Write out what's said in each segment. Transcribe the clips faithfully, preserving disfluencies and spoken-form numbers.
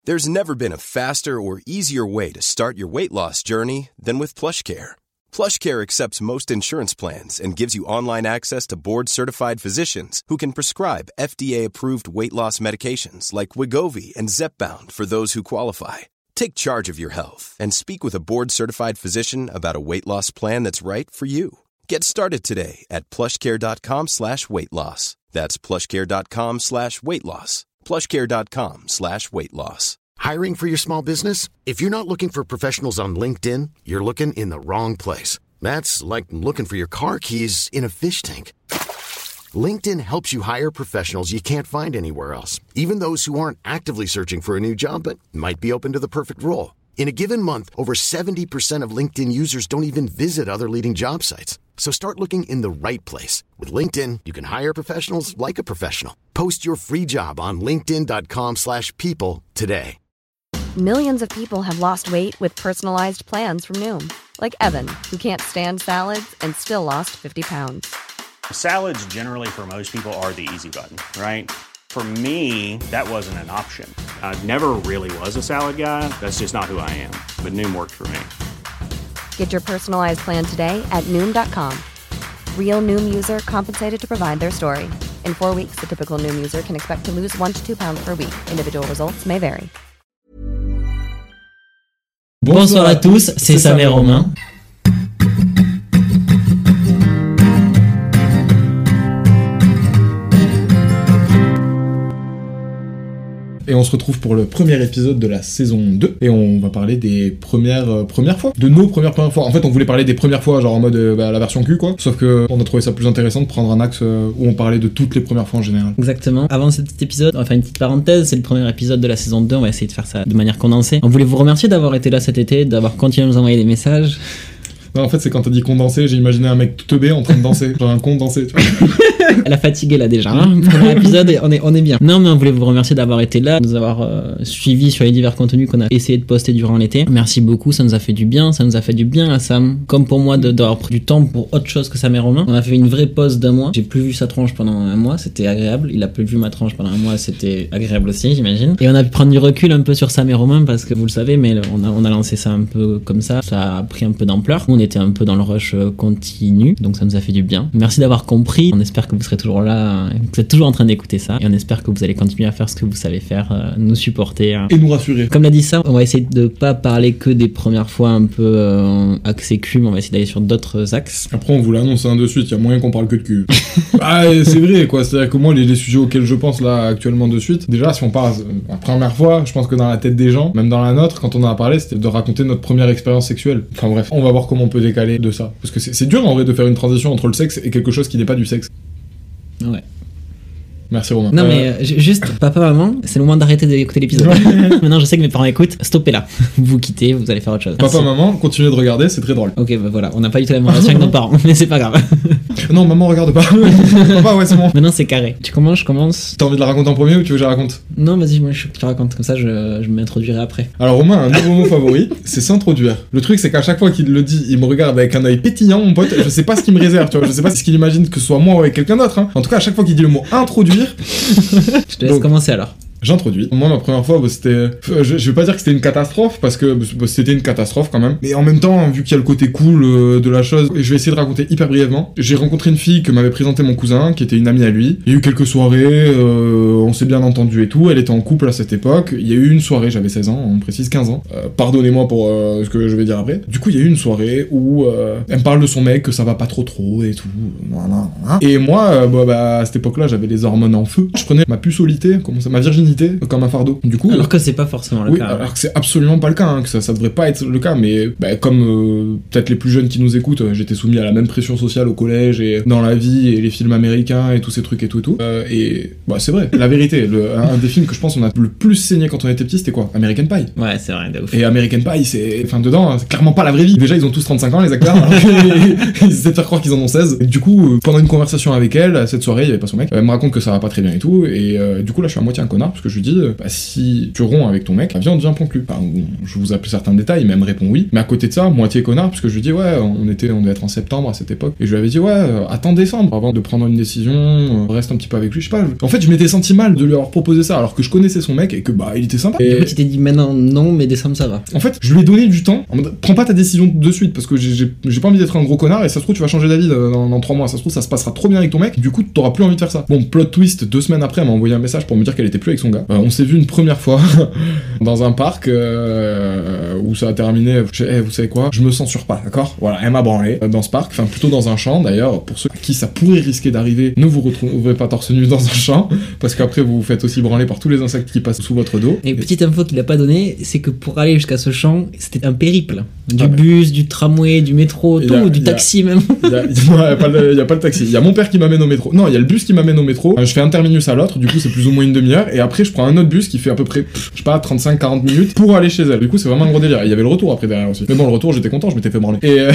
There's never been a faster or easier way to start your weight loss journey than with PlushCare. PlushCare accepts most insurance plans and gives you online access to board-certified physicians who can prescribe F D A-approved weight loss medications like Wegovy and Zepbound for those who qualify. Take charge of your health and speak with a board-certified physician about a weight loss plan that's right for you. Get started today at plushcare.com slash weight loss. That's plushcare.com slash weight loss. plushcare.com slash weight loss. Hiring for your small business? If you're not looking for professionals on LinkedIn, you're looking in the wrong place. That's like looking for your car keys in a fish tank. LinkedIn helps you hire professionals you can't find anywhere else, even those who aren't actively searching for a new job but might be open to the perfect role. In a given month, over seventy percent of LinkedIn users don't even visit other leading job sites. So start looking in the right place. With LinkedIn, you can hire professionals like a professional. Post your free job on linkedin.com slash people today. Millions of people have lost weight with personalized plans from Noom. Like Evan, who can't stand salads and still lost fifty pounds. Salads generally for most people are the easy button, right? For me, that wasn't an option. I never really was a salad guy. That's just not who I am. But Noom worked for me. Get your personalized plan today at Noom dot com. Real Noom user compensated to provide their story. In four weeks, the typical Noom user can expect to lose one to two pounds per week. Individual results may vary. Bonsoir à tous, c'est Sam et Romain. Et on se retrouve pour le premier épisode de la saison deux. Et on va parler des premières euh, premières fois. De nos premières premières fois. En fait, on voulait parler des premières fois, genre en mode euh, bah, la version Q, quoi. Sauf que on a trouvé ça plus intéressant de prendre un axe euh, où on parlait de toutes les premières fois en général. Exactement. Avant cet petit épisode, on va faire une petite parenthèse. C'est le premier épisode de la saison deux. On va essayer de faire ça de manière condensée. On voulait vous remercier d'avoir été là cet été, d'avoir continué à nous envoyer des messages. Non, en fait, c'est quand t'as dit condensé, j'ai imaginé un mec tout teubé en train de danser. Genre un condensé, tu vois. Elle a fatigué là déjà, hein. Premier épisode, on est, on est bien. Non, mais on voulait vous remercier d'avoir été là, de nous avoir euh, suivis sur les divers contenus qu'on a essayé de poster durant l'été. Merci beaucoup, ça nous a fait du bien, ça nous a fait du bien à Sam. Comme pour moi, de, d'avoir pris du temps pour autre chose que Sam et Romain. On a fait une vraie pause d'un mois. J'ai plus vu sa tronche pendant un mois, c'était agréable. Il a plus vu ma tronche pendant un mois, c'était agréable aussi, j'imagine. Et on a pu prendre du recul un peu sur Sam et Romain parce que vous le savez, mais on a, on a lancé ça un peu comme ça. Ça a pris un peu d'ampleur. On était un peu dans le rush continu, donc ça nous a fait du bien. Merci d'avoir compris. On espère que vous serez toujours là. Vous êtes toujours en train d'écouter ça et on espère que vous allez continuer à faire ce que vous savez faire, euh, nous supporter hein. Et nous rassurer. Comme l'a dit ça, on va essayer de pas parler que des premières fois un peu euh, axé cul, mais on va essayer d'aller sur d'autres axes. Après on vous l'annonce hein, de suite, il y a moyen qu'on parle que de cul. Ah c'est vrai quoi, c'est-à-dire que moi les, les sujets auxquels je pense là actuellement de suite, déjà si on parle la première fois, je pense que dans la tête des gens, même dans la nôtre, quand on en a parlé, c'était de raconter notre première expérience sexuelle. Enfin bref, on va voir comment on peut décaler de ça. Parce que c'est, c'est dur en vrai de faire une transition entre le sexe et quelque chose qui n'est pas du sexe. Ouais. Merci Romain. Non euh... mais euh, juste, papa, maman, c'est le moment d'arrêter d'écouter l'épisode. Maintenant je sais que mes parents écoutent, stoppez là. Vous quittez, vous allez faire autre chose. Papa, Merci. Maman, continuez de regarder, c'est très drôle. Ok, bah voilà, on n'a pas du tout la même relation avec nos parents, mais c'est pas grave. Non, maman regarde pas. Papa, ouais c'est bon. Maintenant c'est carré. Tu commences, je commence. T'as envie de la raconter en premier ou tu veux que je la raconte? Non, vas-y, moi je te raconte, comme ça je, je m'introduirai après. Alors Romain, un nouveau mot favori, c'est s'introduire. Le truc c'est qu'à chaque fois qu'il le dit, il me regarde avec un œil pétillant, mon pote, je sais pas ce qu'il me réserve, tu vois, je sais pas ce qu'il imagine que ce soit moi ou avec quelqu'un d'autre, hein. En tout cas, à chaque fois qu'il dit le mot introduire... Je te laisse Donc, commencer alors. J'introduis. Moi, ma première fois, bah, c'était... Je, je vais pas dire que c'était une catastrophe, parce que bah, c'était une catastrophe quand même. Mais en même temps, vu qu'il y a le côté cool euh, de la chose, je vais essayer de raconter hyper brièvement. J'ai rencontré une fille que m'avait présenté mon cousin, qui était une amie à lui. Il y a eu quelques soirées, euh, on s'est bien entendu et tout. Elle était en couple à cette époque. Il y a eu une soirée, j'avais seize ans, on précise quinze ans. Euh, pardonnez-moi pour euh, ce que je vais dire après. Du coup, il y a eu une soirée où euh, elle me parle de son mec, que ça va pas trop trop et tout. Voilà. Et moi, euh, bah, bah, à cette époque-là, j'avais les hormones en feu. Je prenais ma puceaualité, comment ça, ma virginité, comme un fardeau. Du coup, alors que c'est pas forcément le oui, cas. Alors que c'est absolument pas le cas, hein, que ça, ça devrait pas être le cas, mais bah, comme euh, peut-être les plus jeunes qui nous écoutent, j'étais soumis à la même pression sociale au collège et dans la vie et les films américains et tous ces trucs et tout et tout. Euh, et bah c'est vrai, la vérité, le, un, un des films que je pense on a le plus saigné quand on était petit, c'était quoi? American Pie. Ouais, c'est vrai, de ouf. Et American Pie, c'est, enfin dedans, c'est clairement pas la vraie vie. Déjà ils ont tous trente-cinq ans les acteurs, alors ils essaient de faire croire qu'ils en ont seize. Et du coup, pendant une conversation avec elle, cette soirée, il y avait pas son mec, elle me raconte que ça va pas très bien et tout, et euh, du coup là je suis à moitié un connard. parce que je lui dis, euh, bah, si tu romps avec ton mec, bah, viens, on devient ponclu. Enfin, bon, je vous appelle certains détails, mais elle me répond oui. Mais à côté de ça, moitié connard, parce que je lui dis, ouais, on était, on devait être en septembre à cette époque, et je lui avais dit, ouais, euh, attends décembre avant de prendre une décision, euh, reste un petit peu avec lui, je sais pas. En fait, je m'étais senti mal de lui avoir proposé ça, alors que je connaissais son mec et que bah il était sympa. Et... Du coup, tu t'es dit maintenant non, mais décembre ça va. En fait, je lui ai donné du temps. En mode, prends pas ta décision de suite parce que j'ai, j'ai, j'ai pas envie d'être un gros connard et ça se trouve tu vas changer d'avis dans, dans trois mois. Ça se trouve ça se passera trop bien avec ton mec. Du coup, t'auras plus envie de faire ça. Bon, plot twist. Deux semaines après, elle m'a envoyé un message pour me dire qu'elle était plus avec son gars. Euh, on s'est vu une première fois dans un parc euh, où ça a terminé. Je, hey, vous savez quoi ? Je me censure pas, d'accord ? Voilà, elle m'a branlé euh, dans ce parc. Enfin, plutôt dans un champ d'ailleurs. Pour ceux à qui ça pourrait risquer d'arriver, ne vous retrouverez pas torse nu dans un champ parce qu'après vous vous faites aussi branler par tous les insectes qui passent sous votre dos. Et, et petite info qu'il a pas donné, c'est que pour aller jusqu'à ce champ, c'était un périple. Du ah, bus, du tramway, du métro, tout, a, du taxi a, même. Il y a, il y a, pas le, il y a pas le taxi. Il y a mon père qui m'amène au métro. Non, il y a le bus qui m'amène au métro. Je fais un terminus à l'autre, du coup c'est plus ou moins une demi-heure. Et après je prends un autre bus qui fait à peu près, je sais pas, trente-cinq à quarante minutes pour aller chez elle. Du coup c'est vraiment un gros délire. Il y avait le retour après derrière aussi. Mais bon, le retour j'étais content, je m'étais fait branler. Et... Euh...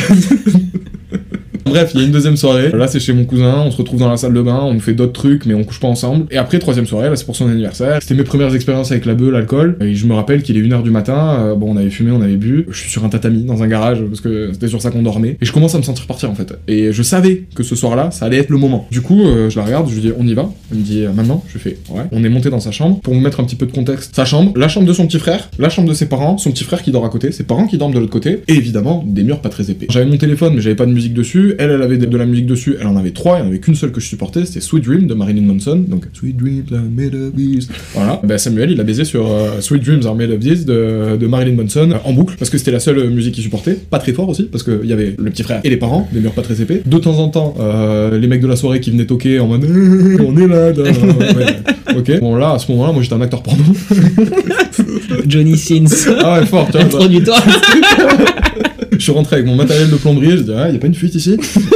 Bref, il y a une deuxième soirée. Là, c'est chez mon cousin. On se retrouve dans la salle de bain. On fait d'autres trucs, mais on couche pas ensemble. Et après, troisième soirée, là, c'est pour son anniversaire. C'était mes premières expériences avec la beuh, l'alcool. Et je me rappelle qu'il est une heure du matin. Euh, bon, on avait fumé, on avait bu. Je suis sur un tatami dans un garage parce que c'était sur ça qu'on dormait. Et je commence à me sentir partir en fait. Et je savais que ce soir-là, ça allait être le moment. Du coup, euh, je la regarde. Je lui dis, on y va. Elle me dit, euh, maintenant. Je lui fais, ouais. On est monté dans sa chambre pour vous mettre un petit peu de contexte. Sa chambre, la chambre de son petit frère, la chambre de ses parents, son petit frère qui dort à côté, ses parents qui dorment de l'autre côté. Et évidemment, des murs pas très épais. J'avais mon téléphone, mais j'avais pas de musique dessus. Elle, elle avait de la musique dessus, elle en avait trois, il n'y en avait qu'une seule que je supportais, c'était Sweet Dream de Marilyn Manson, donc Sweet Dreams are made of this. Voilà, ben Samuel il a baisé sur euh, Sweet Dreams are made of this de, de Marilyn Manson euh, en boucle, parce que c'était la seule musique qu'il supportait, pas très fort aussi, parce qu'il y avait le petit frère et les parents, des murs pas très épais. De temps en temps, euh, les mecs de la soirée qui venaient toquer en mode on est là, là. Ouais, ok. Bon là, à ce moment-là, moi j'étais un acteur porno. Johnny Sins. Ah ouais, fort, tu vois. Introduis-toi. Je suis rentré avec mon matériel de plomberie, je dis ah, y a pas une fuite ici.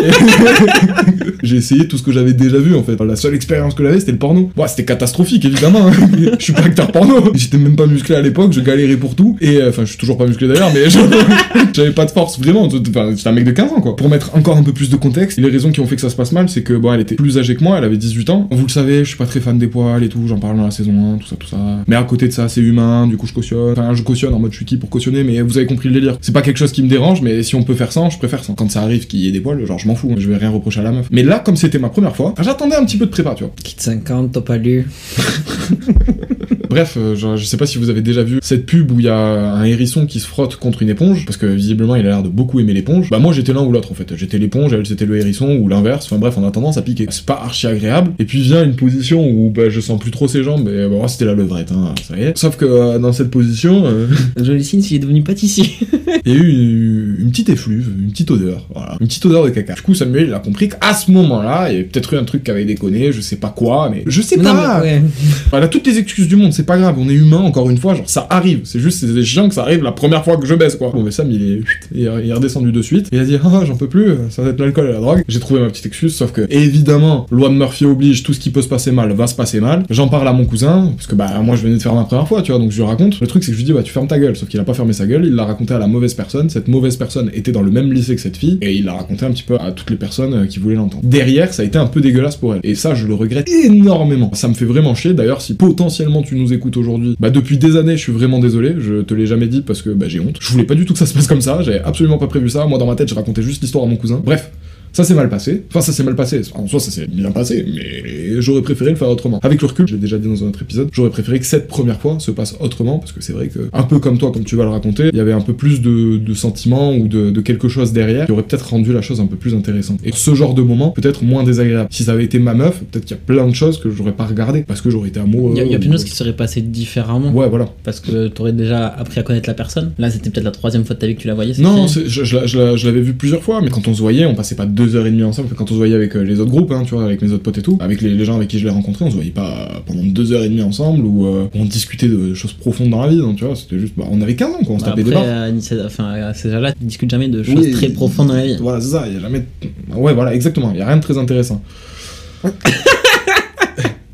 J'ai essayé tout ce que j'avais déjà vu en fait. La seule expérience que j'avais c'était le porno. Bon, c'était catastrophique évidemment. Hein. Je suis pas acteur porno. J'étais même pas musclé à l'époque, je galérais pour tout. Et enfin, euh, je suis toujours pas musclé d'ailleurs, mais j'avais pas de force vraiment. Enfin, j'étais un mec de quinze ans quoi. Pour mettre encore un peu plus de contexte, les raisons qui ont fait que ça se passe mal, c'est que bon, elle était plus âgée que moi, elle avait dix-huit ans. Vous le savez, je suis pas très fan des poils et tout, j'en parle dans la saison un, tout ça, tout ça. Mais à côté de ça, c'est humain, du coup je cautionne. Enfin, je cautionne en mode je suis qui pour cautionner, mais vous avez compris le délire. C'est pas quelque chose qui me dérange, mais si on peut faire ça, je préfère ça. Quand ça arrive qu'il y ait des poils, genre je m'en fous, je vais rien reprocher à la meuf. Mais là, comme c'était ma première fois, j'attendais un petit peu de prépa, tu vois. Kit cinquante, t'as pas lu. Bref, euh, genre, je sais pas si vous avez déjà vu cette pub où il y a un hérisson qui se frotte contre une éponge, parce que visiblement il a l'air de beaucoup aimer l'éponge. Bah moi j'étais l'un ou l'autre en fait. J'étais l'éponge, elle c'était le hérisson ou l'inverse. Enfin bref, on a tendance à piquer. C'est pas archi agréable. Et puis vient une position où bah, je sens plus trop ses jambes. Et bon, c'était la levrette, hein, ça y est. Sauf que euh, dans cette position, euh... Johnny Sins il est devenu pâtissier. Il y a eu une, une petite effluve, une petite odeur, voilà, une petite odeur de caca. Du coup Samuel il a compris qu'à ce moment-là, il y avait peut-être eu un truc qui avait déconné, je sais pas quoi, mais je sais non, pas. Mais ouais. Elle a toutes les excuses du monde, c'est pas grave, on est humain. Encore une fois, genre ça arrive, c'est juste c'est chiant que ça arrive la première fois que je baisse quoi. Bon mais Sam il est, il est redescendu de suite, il a dit ah j'en peux plus, ça va être l'alcool et la drogue. J'ai trouvé ma petite excuse, sauf que évidemment loi de Murphy oblige, tout ce qui peut se passer mal va se passer mal. J'en parle à mon cousin parce que bah moi je venais de faire ma première fois tu vois, donc je lui raconte. Le truc c'est que je lui dis bah tu fermes ta gueule, sauf qu'il a pas fermé sa gueule, il l'a raconté à la mauvaise personne. Cette mauvaise personne était dans le même lycée que cette fille et il l'a raconté un petit peu à toutes les personnes qui voulaient l'entendre. Derrière ça a été un peu dégueulasse pour elle et ça je le regrette énormément. Ça me fait vraiment chier. D'ailleurs si potentiellement tu nous écoutes aujourd'hui, bah depuis des années je suis vraiment désolé, je te l'ai jamais dit parce que bah, j'ai honte. Je voulais pas du tout que ça se passe comme ça, j'avais absolument pas prévu ça. Moi dans ma tête, je racontais juste l'histoire à mon cousin. Bref, ça s'est mal passé. Enfin, ça s'est mal passé. En soi, ça s'est bien passé, mais j'aurais préféré le faire autrement. Avec le recul, je l'ai déjà dit dans un autre épisode, j'aurais préféré que cette première fois se passe autrement, parce que c'est vrai que, un peu comme toi, comme tu vas le raconter, il y avait un peu plus de, de sentiments ou de, de quelque chose derrière qui aurait peut-être rendu la chose un peu plus intéressante. Et ce genre de moment, peut-être moins désagréable. Si ça avait été ma meuf, peut-être qu'il y a plein de choses que j'aurais pas regardé, parce que j'aurais été amoureux. Il y a, il y a plein ou... de choses qui seraient passées différemment. Ouais, voilà. Parce que t'aurais déjà appris à connaître la personne. Là, c'était peut-être la troisième fois de ta vie que tu la voyais. Non, c'est, je, je, je, je l'avais vu plusieurs fois, mais quand on se voyait, on passait pas deux heures et demie ensemble. Quand on se voyait avec les autres groupes, hein, tu vois, avec mes autres potes et tout, avec les, les gens avec qui je l'ai rencontré, on se voyait pas pendant deux heures et demie ensemble où euh, on discutait de choses profondes dans la vie, donc tu vois, c'était juste, bah, on avait quinze ans quoi, on se tapait des barres. Après, enfin, à ces âges-là, tu discutes jamais de choses oui, très profondes dans la vie. Voilà, c'est ça, il y a jamais. Ouais, voilà, exactement, il y a rien de très intéressant.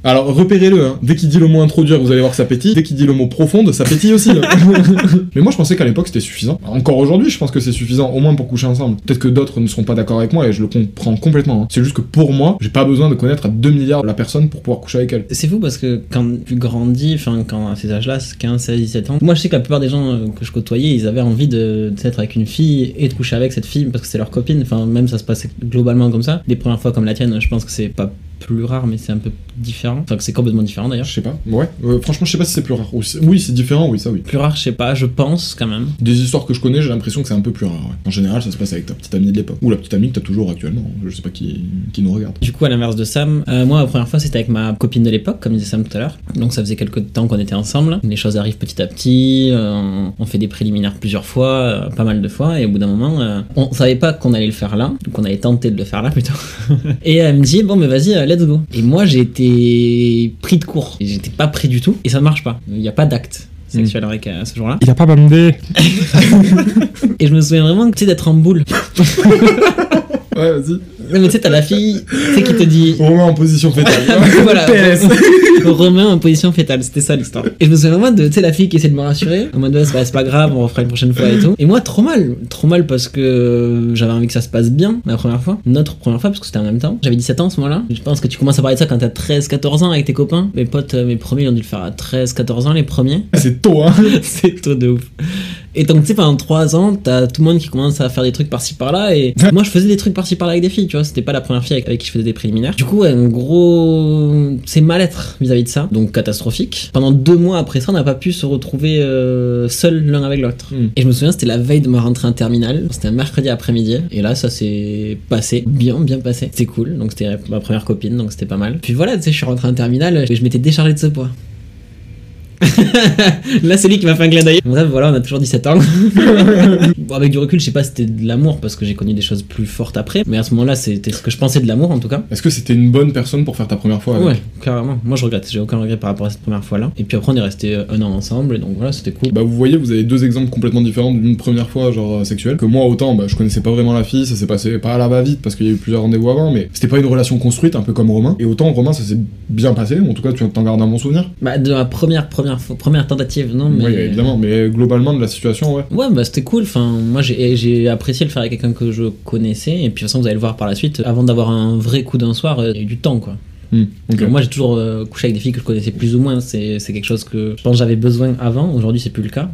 Alors repérez-le, hein. Dès qu'il dit le mot introduire, vous allez voir que ça pétille. Dès qu'il dit le mot profonde, ça pétille aussi. Hein. Mais moi je pensais qu'à l'époque c'était suffisant. Encore aujourd'hui, je pense que c'est suffisant, au moins pour coucher ensemble. Peut-être que d'autres ne seront pas d'accord avec moi et je le comprends complètement. Hein. C'est juste que pour moi, j'ai pas besoin de connaître à deux milliards la personne pour pouvoir coucher avec elle. C'est fou parce que quand tu grandis, enfin quand à ces âges-là, quinze, seize, dix-sept ans, moi je sais que la plupart des gens que je côtoyais, ils avaient envie de d'être avec une fille et de coucher avec cette fille parce que c'est leur copine. Enfin même ça se passait globalement comme ça. Les premières fois comme la tienne, je pense que c'est pas plus rare, mais c'est un peu différent. Enfin, que c'est complètement différent d'ailleurs. Je sais pas. Ouais. Euh, franchement, je sais pas si c'est plus rare. Oui, c'est différent, oui, ça oui. Plus rare, je sais pas, je pense quand même. Des histoires que je connais, j'ai l'impression que c'est un peu plus rare. Ouais. En général, ça se passe avec ta petite amie de l'époque. Ou la petite amie que t'as toujours actuellement. Je sais pas qui, qui nous regarde. Du coup, à l'inverse de Sam, euh, moi, la première fois, c'était avec ma copine de l'époque, comme disait Sam tout à l'heure. Donc, ça faisait quelques temps qu'on était ensemble. Les choses arrivent petit à petit. Euh, on fait des préliminaires plusieurs fois, euh, pas mal de fois. Et au bout d'un moment, euh, on savait pas qu'on allait le faire là. Donc, on allait tenter de le faire là plutôt. Et elle me dit, bon, mais vas-y, euh, let's go. Et moi, j'ai été pris de court. Et j'étais pas pris du tout. Et ça marche pas. Il y a pas d'acte sexuel mmh. avec euh, ce jour-là. Il a pas bandé. Et je me souviens vraiment, tu sais, d'être en boule. Ouais, vas-y. Non, mais tu sais, t'as la fille, tu sais, qui te dit. On remet en position fétale. Voilà. P S. On remet en position fétale, c'était ça l'histoire. Et je me souviens vraiment de, tu sais, la fille qui essaie de me rassurer. En mode, ouais, c'est pas, c'est pas grave, on refera une prochaine fois et tout. Et moi, trop mal. Trop mal parce que j'avais envie que ça se passe bien la première fois. Notre première fois, parce que c'était en même temps. J'avais dix-sept ans à ce moment-là. Je pense que tu commences à parler de ça quand t'as treize quatorze ans avec tes copains. Mes potes, mes premiers, ils ont dû le faire à treize quatorze ans, les premiers. C'est tôt, hein. C'est tôt de ouf. Et donc, tu sais, pendant trois ans, t'as tout le monde qui commence à faire des trucs par-ci par-là. Et moi, je faisais des trucs par-ci par-là avec des filles, tu vois. C'était pas la première fille avec, avec qui je faisais des préliminaires. Du coup, ouais, en gros, c'est mal-être vis-à-vis de ça. Donc, catastrophique. Pendant deux mois après ça, on n'a pas pu se retrouver euh, seuls l'un avec l'autre. Mm. Et je me souviens, c'était la veille de ma rentrée en terminale. C'était un mercredi après-midi. Et là, ça s'est passé. Bien, bien passé. C'était cool. Donc, c'était ma première copine. Donc, c'était pas mal. Puis voilà, tu sais, je suis rentré en terminale et je m'étais déchargé de ce poids. Là c'est lui qui m'a fait un clin d'œil. Bref voilà, on a toujours dix-sept ans. Bon, avec du recul je sais pas si c'était de l'amour parce que j'ai connu des choses plus fortes après, mais à ce moment là c'était ce que je pensais de l'amour en tout cas. Est-ce que c'était une bonne personne pour faire ta première fois avec? Ouais, carrément. Moi je regrette, j'ai aucun regret par rapport à cette première fois là. Et puis après on est resté un an ensemble et donc voilà, c'était cool. Bah vous voyez, vous avez deux exemples complètement différents d'une première fois genre sexuelle. Que moi autant bah je connaissais pas vraiment la fille, ça s'est passé pas à la va-vite parce qu'il y a eu plusieurs rendez-vous avant, mais c'était pas une relation construite un peu comme Romain. Et autant Romain ça s'est bien passé, en tout cas tu t'en gardes un bon souvenir. Bah de ma première première fois, première tentative. Non, mais... Oui, évidemment, mais globalement de la situation, ouais. Ouais, bah c'était cool. Enfin, moi j'ai, j'ai apprécié le faire avec quelqu'un que je connaissais. Et puis de toute façon, vous allez le voir par la suite. Avant d'avoir un vrai coup d'un soir, il y a eu du temps, quoi. Mmh, okay. Moi j'ai toujours euh, couché avec des filles que je connaissais plus ou moins. C'est, c'est quelque chose que je pense que j'avais besoin avant. Aujourd'hui, c'est plus le cas.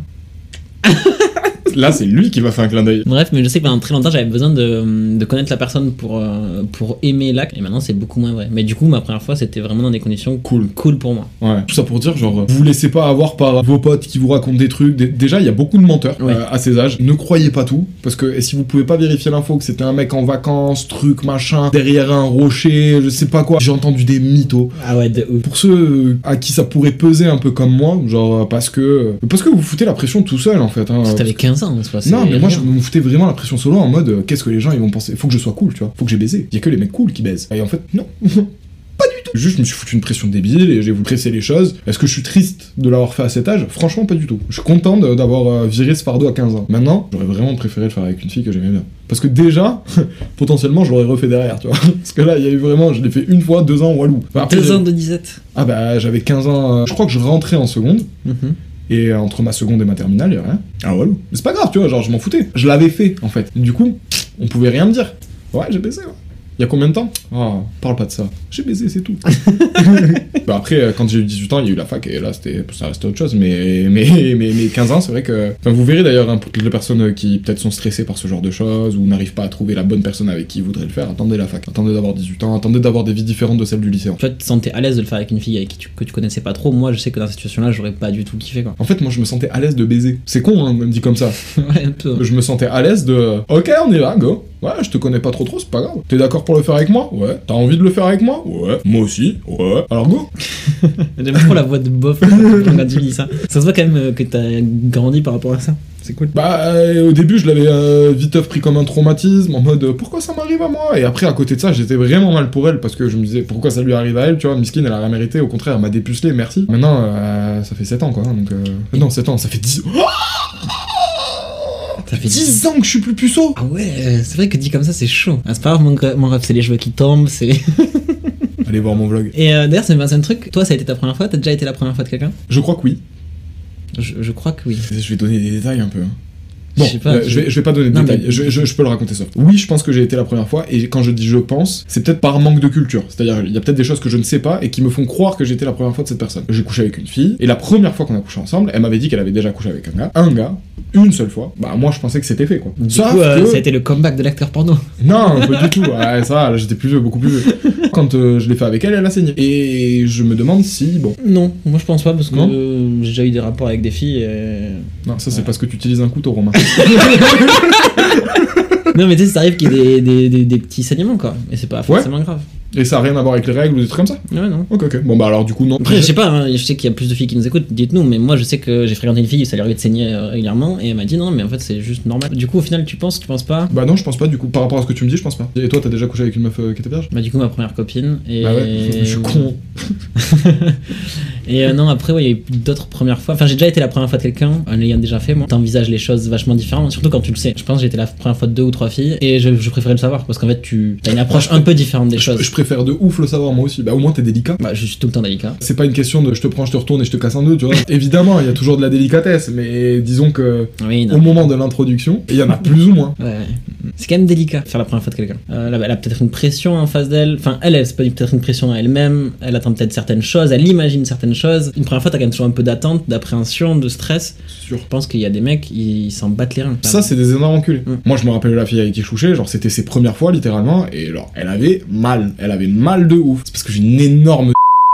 Là, c'est lui qui m'a fait un clin d'œil. Bref, mais je sais que pendant très longtemps, j'avais besoin de, de connaître la personne pour, euh, pour aimer l'acte. Et maintenant, c'est beaucoup moins vrai. Mais du coup, ma première fois, c'était vraiment dans des conditions cool, cool pour moi. Ouais. Tout ça pour dire, genre, vous laissez pas avoir par vos potes qui vous racontent des trucs. Déjà, il y a beaucoup de menteurs ouais. euh, à ces âges. Ne croyez pas tout. Parce que et si vous pouvez pas vérifier l'info que c'était un mec en vacances, truc, machin, derrière un rocher, je sais pas quoi. J'ai entendu des mythos. Ah ouais, de ouf. Pour ceux à qui ça pourrait peser un peu comme moi, genre, parce que. Parce que vous foutez la pression tout seul, en fait. Hein, parce que t'avais quinze ans, c'est pas Non, mais moi, je me foutais vraiment la pression solo en mode euh, qu'est-ce que les gens ils vont penser, faut que je sois cool, tu vois, faut que j'ai baisé. Il y a que les mecs cool qui baisent. Et en fait, non. Pas du tout. Juste, je me suis foutu une pression débile et j'ai voulu presser les choses. Est-ce que je suis triste de l'avoir fait à cet âge? Franchement, pas du tout. Je suis content de, d'avoir euh, viré ce fardeau à quinze ans. Maintenant, j'aurais vraiment préféré le faire avec une fille que j'aimais bien. Parce que déjà, potentiellement, je l'aurais refait derrière, tu vois. Parce que là, il y a eu vraiment, je l'ai fait une fois, deux ans, walou. Enfin, après, deux ans de disette. Ah bah, j'avais quinze ans. Euh, je crois que je rentrais en seconde. Mm-hmm. Et entre ma seconde et ma terminale, y'a rien. Ah ouais, mais c'est pas grave, tu vois, genre je m'en foutais. Je l'avais fait, en fait. Du coup, on pouvait rien me dire. Ouais, j'ai baisé, ouais. Il y a combien de temps? Oh, parle pas de ça. J'ai baisé, c'est tout. Bah après, quand j'ai eu dix-huit ans, il y a eu la fac, et là, c'était, ça restait autre chose. Mais, mais, mais, mais quinze ans, c'est vrai que... Enfin, vous verrez d'ailleurs, hein, pour toutes les personnes qui peut-être sont stressées par ce genre de choses, ou n'arrivent pas à trouver la bonne personne avec qui ils voudraient le faire, attendez la fac. Attendez d'avoir dix-huit ans, attendez d'avoir des vies différentes de celles du lycée. En fait, tu te sentais à l'aise de le faire avec une fille avec qui tu, que tu connaissais pas trop. Moi, je sais que dans cette situation-là, j'aurais pas du tout kiffé, quoi. En fait, moi, je me sentais à l'aise de baiser. C'est con, hein, on me dit comme ça. Ouais, un peu. Je me sentais à l'aise de... Ok, on y va, go. Ouais, je te connais pas trop trop, c'est pas grave. T'es d'accord pour le faire avec moi? Ouais. T'as envie de le faire avec moi? Ouais. Moi aussi? Ouais. Alors go. J'aime trop la voix de bof quand tu dis ça. Ça se voit quand même que t'as grandi par rapport à ça. C'est cool. Bah, euh, au début, je l'avais euh, vite pris comme un traumatisme, en mode pourquoi ça m'arrive à moi? Et après, à côté de ça, j'étais vraiment mal pour elle parce que je me disais pourquoi ça lui arrive à elle, tu vois. Miskine, elle a rien mérité, au contraire, elle m'a dépucelé, merci. Maintenant, euh, ça fait sept ans quoi. Donc, euh... non, sept ans, ça fait dix. Ça fait dix ans que je suis plus puceau. Ah ouais, c'est vrai que dit comme ça, c'est chaud. Ah, c'est pas grave, mon, mon rêve, c'est les cheveux qui tombent, c'est... Allez voir mon vlog. Et euh, d'ailleurs, ça me passe un truc. Toi, ça a été ta première fois? T'as déjà été la première fois de quelqu'un? Je crois que oui. Je, je crois que oui. Je vais donner des détails un peu. Hein. Bon, je, sais pas, euh, je, vais, je vais pas donner de non, détails, mais... je, je, je peux le raconter soft. Oui, je pense que j'ai été la première fois, et quand je dis je pense, c'est peut-être par manque de culture. C'est-à-dire, il y a peut-être des choses que je ne sais pas et qui me font croire que j'ai été la première fois de cette personne. J'ai couché avec une fille, et la première fois qu'on a couché ensemble, elle m'avait dit qu'elle avait déjà couché avec un gars. Un gars, une seule fois. Bah, moi, je pensais que c'était fait, quoi. Du Sauf coup, euh, que... ça a été le comeback de l'acteur porno. Non, pas du tout. Ouais, ça, là, j'étais plus vieux, beaucoup plus vieux. Quand euh, je l'ai fait avec elle, elle a saigné. Et je me demande si, bon... Non, moi je pense pas, parce que euh, j'ai déjà eu des rapports avec des filles et... Non, ça c'est ouais. parce que tu utilises un couteau, Romain. Non mais tu sais, ça arrive qu'il y ait des, des, des, des petits saignements quoi, et c'est pas forcément ouais. grave. Et ça a rien à voir avec les règles ou des trucs comme ça? Ouais, non. Ok, ok. Bon bah alors du coup, non. Après, je sais pas, hein, je sais qu'il y a plus de filles qui nous écoutent, dites-nous, mais moi je sais que j'ai fréquenté une fille, ça lui arrivait de saigner régulièrement, et elle m'a dit non, mais en fait c'est juste normal. Du coup, au final, tu penses, tu penses pas? Bah non, je pense pas, du coup, par rapport à ce que tu me dis, je pense pas. Et toi, t'as déjà couché avec une meuf euh, qui était vierge? Bah du coup, ma première copine, et. Bah ouais, je suis con. Et euh, non, après, ouais, il y a eu d'autres premières fois. Enfin, j'ai déjà été la première fois de quelqu'un, en l'ayant déjà fait, moi. T'envisages les choses vachement différemment, surtout quand tu le sais. Je pense que j'ai été la première fois de deux ou trois filles, et je, je préférais le savoir, parce qu'en fait, tu as une approche un peu différente des je, choses. Je préfère de ouf le savoir, moi aussi. Bah au moins t'es délicat. Bah je suis tout le temps délicat. C'est pas une question de je te prends, je te retourne et je te casse en deux, tu vois. Évidemment, il y a toujours de la délicatesse, mais disons que oui, au moment de l'introduction, il y en a plus ou moins. Ouais. C'est quand même délicat faire la première fois de quelqu'un. Euh, là, elle a peut-être une pression en face d'elle. Enfin, elle, elle c'est pas peut-être une pression à elle-même. Elle attend peut-être certaines choses. Elle imagine certaines choses. Une première fois, t'as quand même toujours un peu d'attente, d'appréhension, de stress. Sûr. Je pense qu'il y a des mecs, ils s'en battent les reins. Ça, c'est des énormes enculés. Mm. Moi, je me rappelle la fille avec qui je couchais, genre c'était ses premières fois littéralement, et genre elle avait mal. Elle avait mal de ouf. C'est parce que j'ai une énorme.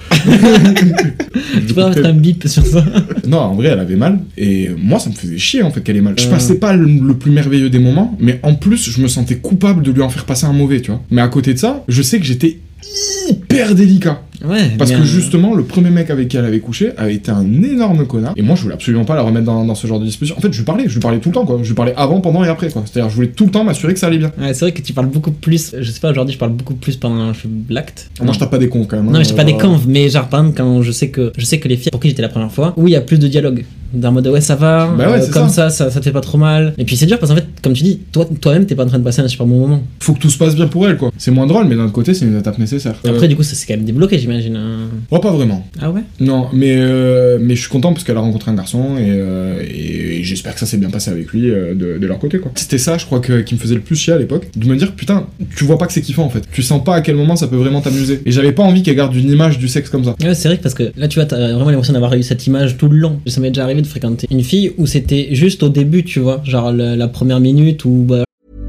Tu peux mettre un bip sur ça? Non, en vrai, elle avait mal, et moi, ça me faisait chier en fait qu'elle ait mal. Je euh... passais pas le, le plus merveilleux des moments, mais en plus, je me sentais coupable de lui en faire passer un mauvais, tu vois. Mais à côté de ça, je sais que j'étais hyper délicat. Ouais, parce bien... que justement, le premier mec avec qui elle avait couché avait été un énorme connard. Et moi, je voulais absolument pas la remettre dans, dans ce genre de discussion. En fait, je lui parlais, je lui parlais tout le temps, quoi. Je lui parlais avant, pendant et après, quoi. C'est-à-dire, je voulais tout le temps m'assurer que ça allait bien. Ouais, c'est vrai que tu parles beaucoup plus. Je sais pas, aujourd'hui, je parle beaucoup plus pendant l'acte. Moi, je tape pas des cons quand même. Non, hein, je tape pas des cons, mais genre, par exemple, quand je sais que je sais que les filles pour qui j'étais la première fois, où il y a plus de dialogue. D'un mode ouais, ça va, bah ouais, euh, comme ça. Ça, ça, ça te fait pas trop mal. Et puis c'est dur parce qu'en fait, comme tu dis, toi, toi-même, t'es pas en train de passer un super bon moment. Faut que tout se passe bien pour elle, quoi. C'est moins drôle, mais d'un autre côté, c'est une étape nécessaire. Après, euh... du coup, ça s'est quand même débloqué, j'imagine. Hein. Ouais, pas vraiment. Ah ouais? Non, mais, euh, mais je suis content parce qu'elle a rencontré un garçon et, euh, et, et j'espère que ça s'est bien passé avec lui euh, de, de leur côté, quoi. C'était ça, je crois, que, qui me faisait le plus chier à l'époque. De me dire, putain, tu vois pas que c'est kiffant en fait. Tu sens pas à quel moment ça peut vraiment t'amuser. Et j'avais pas envie qu'elle garde une image du sexe comme ça. Ouais, c'est vrai que parce que là, tu vois, t'as vraiment l'impression d'avoir eu cette image tout le long. Ça m'est déjà arrivé de fréquenter une fille où c'était juste au début, tu vois, genre la, la première minute où. Bah...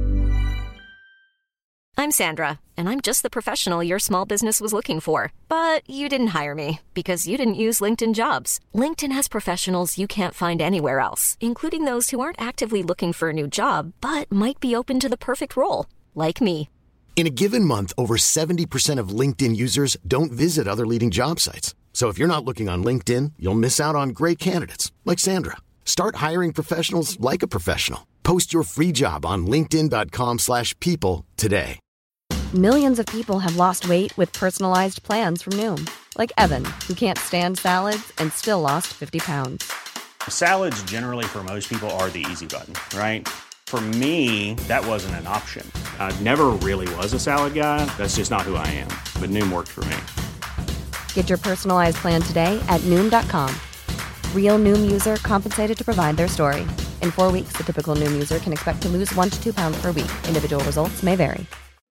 I'm Sandra, and I'm just the professional your small business was looking for. But you didn't hire me because you didn't use LinkedIn Jobs. LinkedIn has professionals you can't find anywhere else, including those who aren't actively looking for a new job, but might be open to the perfect role, like me. In a given month, over seventy percent of LinkedIn users don't visit other leading job sites. So if you're not looking on LinkedIn, you'll miss out on great candidates like Sandra. Start hiring professionals like a professional. Post your free job on linkedin dot com slash people today. Millions of people have lost weight with personalized plans from Noom. Like Evan, who can't stand salads and still lost fifty pounds. Salads generally for most people are the easy button, right? For me, that wasn't an option. I never really was a salad guy. That's just not who I am. But Noom worked for me. Get your personalized plan today at Noom dot com. Real Noom user compensated to provide their story. In four weeks, the typical Noom user can expect to lose one to two pounds per week. Individual results may vary.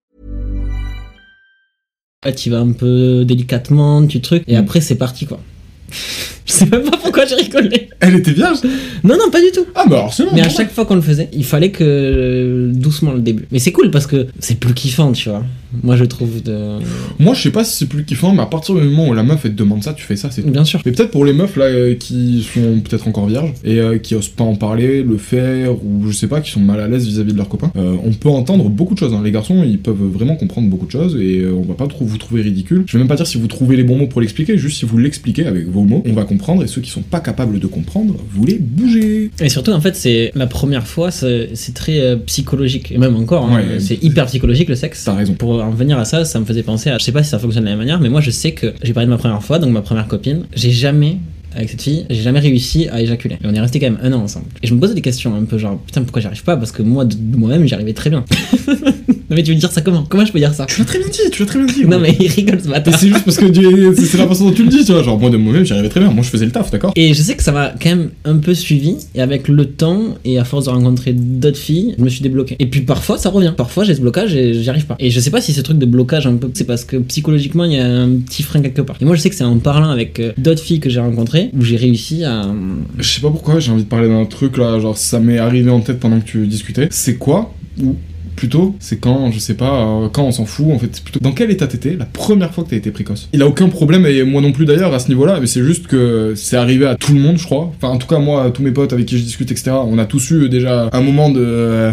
Tu vas un peu délicatement, tu trucs, et après c'est parti quoi. Je sais même pas pourquoi j'ai rigolé. Elle était vierge? Non, non, pas du tout. Ah bah alors c'est bon. Mais à chaque fois qu'on le faisait, il fallait que euh, doucement le début. Mais c'est cool parce que c'est plus kiffant, tu vois. Moi je trouve de... Moi je sais pas si c'est plus kiffant, mais à partir du moment où la meuf elle te demande ça, tu fais ça, c'est tout. Bien sûr. Mais peut-être pour les meufs là euh, qui sont peut-être encore vierges et euh, qui osent pas en parler, le faire, ou je sais pas, qui sont mal à l'aise vis-à-vis de leurs copains, euh, on peut entendre beaucoup de choses. Hein. Les garçons ils peuvent vraiment comprendre beaucoup de choses et euh, on va pas trop vous trouver ridicule. Je vais même pas dire si vous trouvez les bons mots pour l'expliquer, juste si vous l'expliquez avec vos mots, on va comprendre, et ceux qui sont pas capables de comprendre, vous les bougez. Et surtout en fait c'est la première fois, c'est, c'est très euh, psychologique, et même encore, hein, ouais, c'est hyper psychologique le sexe. T'as raison. Pour en venir à ça, ça me faisait penser à, je sais pas si ça fonctionne de la même manière, mais moi je sais que j'ai parlé de ma première fois, donc ma première copine, j'ai jamais avec cette fille, j'ai jamais réussi à éjaculer. Et on est resté quand même un an ensemble. Et je me posais des questions un peu genre, putain, pourquoi j'y arrive pas? Parce que moi, de, de moi-même, j'y arrivais très bien. Non mais tu veux dire ça comment? Comment je peux dire ça? Tu l'as très bien dit, tu l'as très bien dit. Non mais il rigole ce matin. C'est juste parce que tu- c'est la façon dont tu le dis, tu vois. Genre, moi de moi-même, j'y arrivais très bien. Moi, je faisais le taf, d'accord? Et je sais que ça m'a quand même un peu suivi, et avec le temps, et à force de rencontrer d'autres filles, je me suis débloqué. Et puis parfois, ça revient. Parfois, j'ai ce blocage et j'y arrive pas. Et je sais pas si ce truc de blocage un peu, c'est parce que psychologiquement, il y a un petit frein quelque part. Et moi, je sais que c'est en parlant avec euh, d'autres filles que j'ai rencontrées, où j'ai réussi à... Je sais pas pourquoi, j'ai envie de parler d'un truc là, genre ça m'est arrivé en tête pendant que tu discutais. C'est quoi? Ou plutôt, c'est quand, je sais pas, euh, quand on s'en fout, en fait, c'est plutôt dans quel état t'étais la première fois que t'as été précoce? Il a aucun problème, et moi non plus d'ailleurs, à ce niveau-là, mais c'est juste que c'est arrivé à tout le monde, je crois. Enfin, en tout cas, moi, tous mes potes avec qui je discute, et cetera, on a tous eu déjà un moment de... Euh,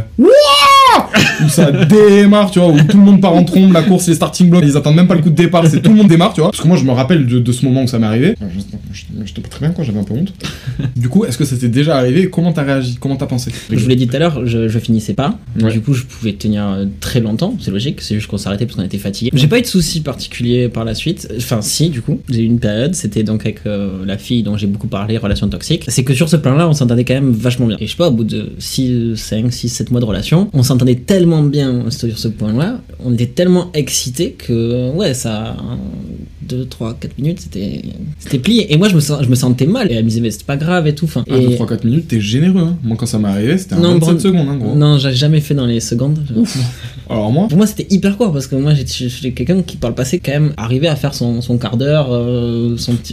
où ça démarre, tu vois, où tout le monde part en trombe, la course, les starting blocks, ils attendent même pas le coup de départ, c'est tout le monde démarre, tu vois. Parce que moi, je me rappelle de, de ce moment où ça m'est arrivé. J'étais pas très bien, quoi, j'avais un peu honte. Du coup, est-ce que ça t'est déjà arrivé? Comment t'as réagi? Comment t'as pensé? Je vous l'ai dit tout à l'heure, je, je finissais pas. Ouais. Du coup, je pouvais tenir euh, très longtemps, c'est logique, c'est juste qu'on s'arrêtait parce qu'on était fatigué. J'ai pas eu de soucis particuliers par la suite. Enfin, si, du coup, j'ai eu une période, c'était donc avec euh, la fille dont j'ai beaucoup parlé, relation toxique. C'est que sur ce plan-là, on s'entendait quand même vachement bien. Et je sais pas, au bout de six, cinq, six, sept mois de relation, on s'entendait tellement bien sur ce point-là, on était tellement excités que, ouais, ça. deux, trois, quatre minutes, c'était c'était plié. Et moi, je me, sens, je me sentais mal. Et elle me disait, mais c'est pas grave et tout. Enfin, Ah, et... deux, trois, quatre minutes, t'es généreux, hein. Moi, quand ça m'est arrivé, c'était un Non, vingt-sept bon, secondes, hein, gros. Non, j'ai jamais fait dans les secondes. Ouf. Alors moi, Pour moi, c'était hyper court parce que moi, j'étais j'étais quelqu'un qui, par le passé, quand même, arrivait à faire son, son quart d'heure, euh, son petit.